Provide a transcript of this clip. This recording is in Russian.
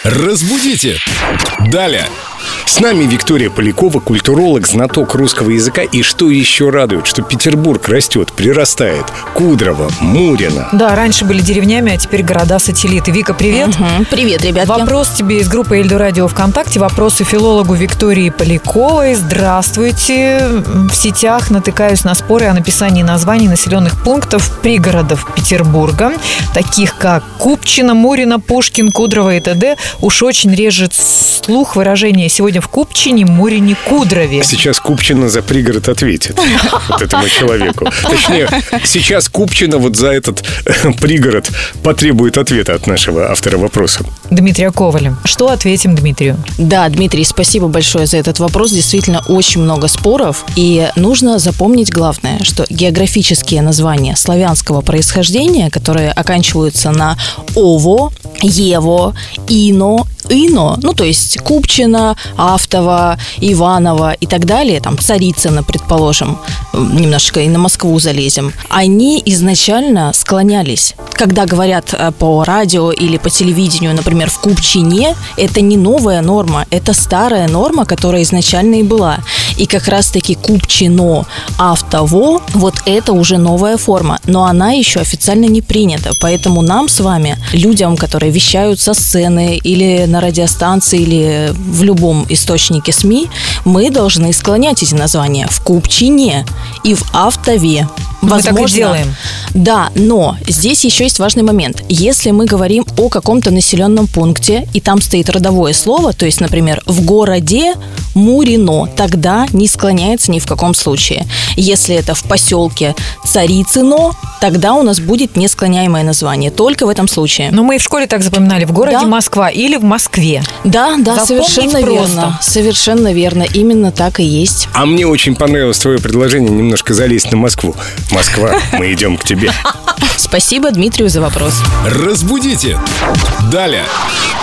Разбудите! Далее! С нами Виктория Полякова, культуролог, знаток русского языка. И что еще радует, что Петербург растет, прирастает. Кудрово, Мурино. Да, раньше были деревнями, а теперь города-сателлиты. Вика, привет. Привет, ребятки. Вопрос тебе из группы Эльдо Радио ВКонтакте. Вопросы филологу Виктории Поляковой. Здравствуйте. В сетях натыкаюсь на споры о написании названий населенных пунктов пригородов Петербурга, таких как Купчино, Мурино, Пушкин, Кудрово и т.д. Уж очень режет слух выражение «сегодня в Купчине, Мурине, Кудрове». Сейчас Купчино за пригород ответит вот этому человеку. Точнее, сейчас Купчино вот за этот пригород потребует ответа от нашего автора вопроса. Дмитрия Коваля. Что ответим Дмитрию? Да, Дмитрий, спасибо большое за этот вопрос. Действительно, очень много споров. И нужно запомнить главное, что географические названия славянского происхождения, которые оканчиваются на «ово», «ево», «ино», «ино», ну, то есть Купчино, Автово, Иваново и так далее, там, Царицыно, предположим, немножечко и на Москву залезем, они изначально склонялись. Когда говорят по радио или по телевидению, например, в Купчине, это не новая норма, это старая норма, которая изначально и была. И как раз-таки Купчино, Автово, вот это уже новая форма, но она еще официально не принята, поэтому нам с вами, людям, которые вещают со сцены или на радиостанции, или в любом источнике СМИ, мы должны склонять эти названия в Купчине и в Автове. Возможно, мы так и делаем. Да, но здесь еще есть важный момент. Если мы говорим о каком-то населенном пункте, и там стоит родовое слово, то есть, например, в городе Мурино, тогда не склоняется ни в каком случае. Если это в поселке Царицыно, тогда у нас будет несклоняемое название. Только в этом случае. Но мы и в школе так запоминали. В городе Москва или в Москве. Да, Запомнить совершенно верно. Совершенно верно. Именно так и есть. А мне очень понравилось твое предложение немножко залезть на Москву. Москва, мы идем к тебе. Спасибо Дмитрию за вопрос. Разбудите! Далее!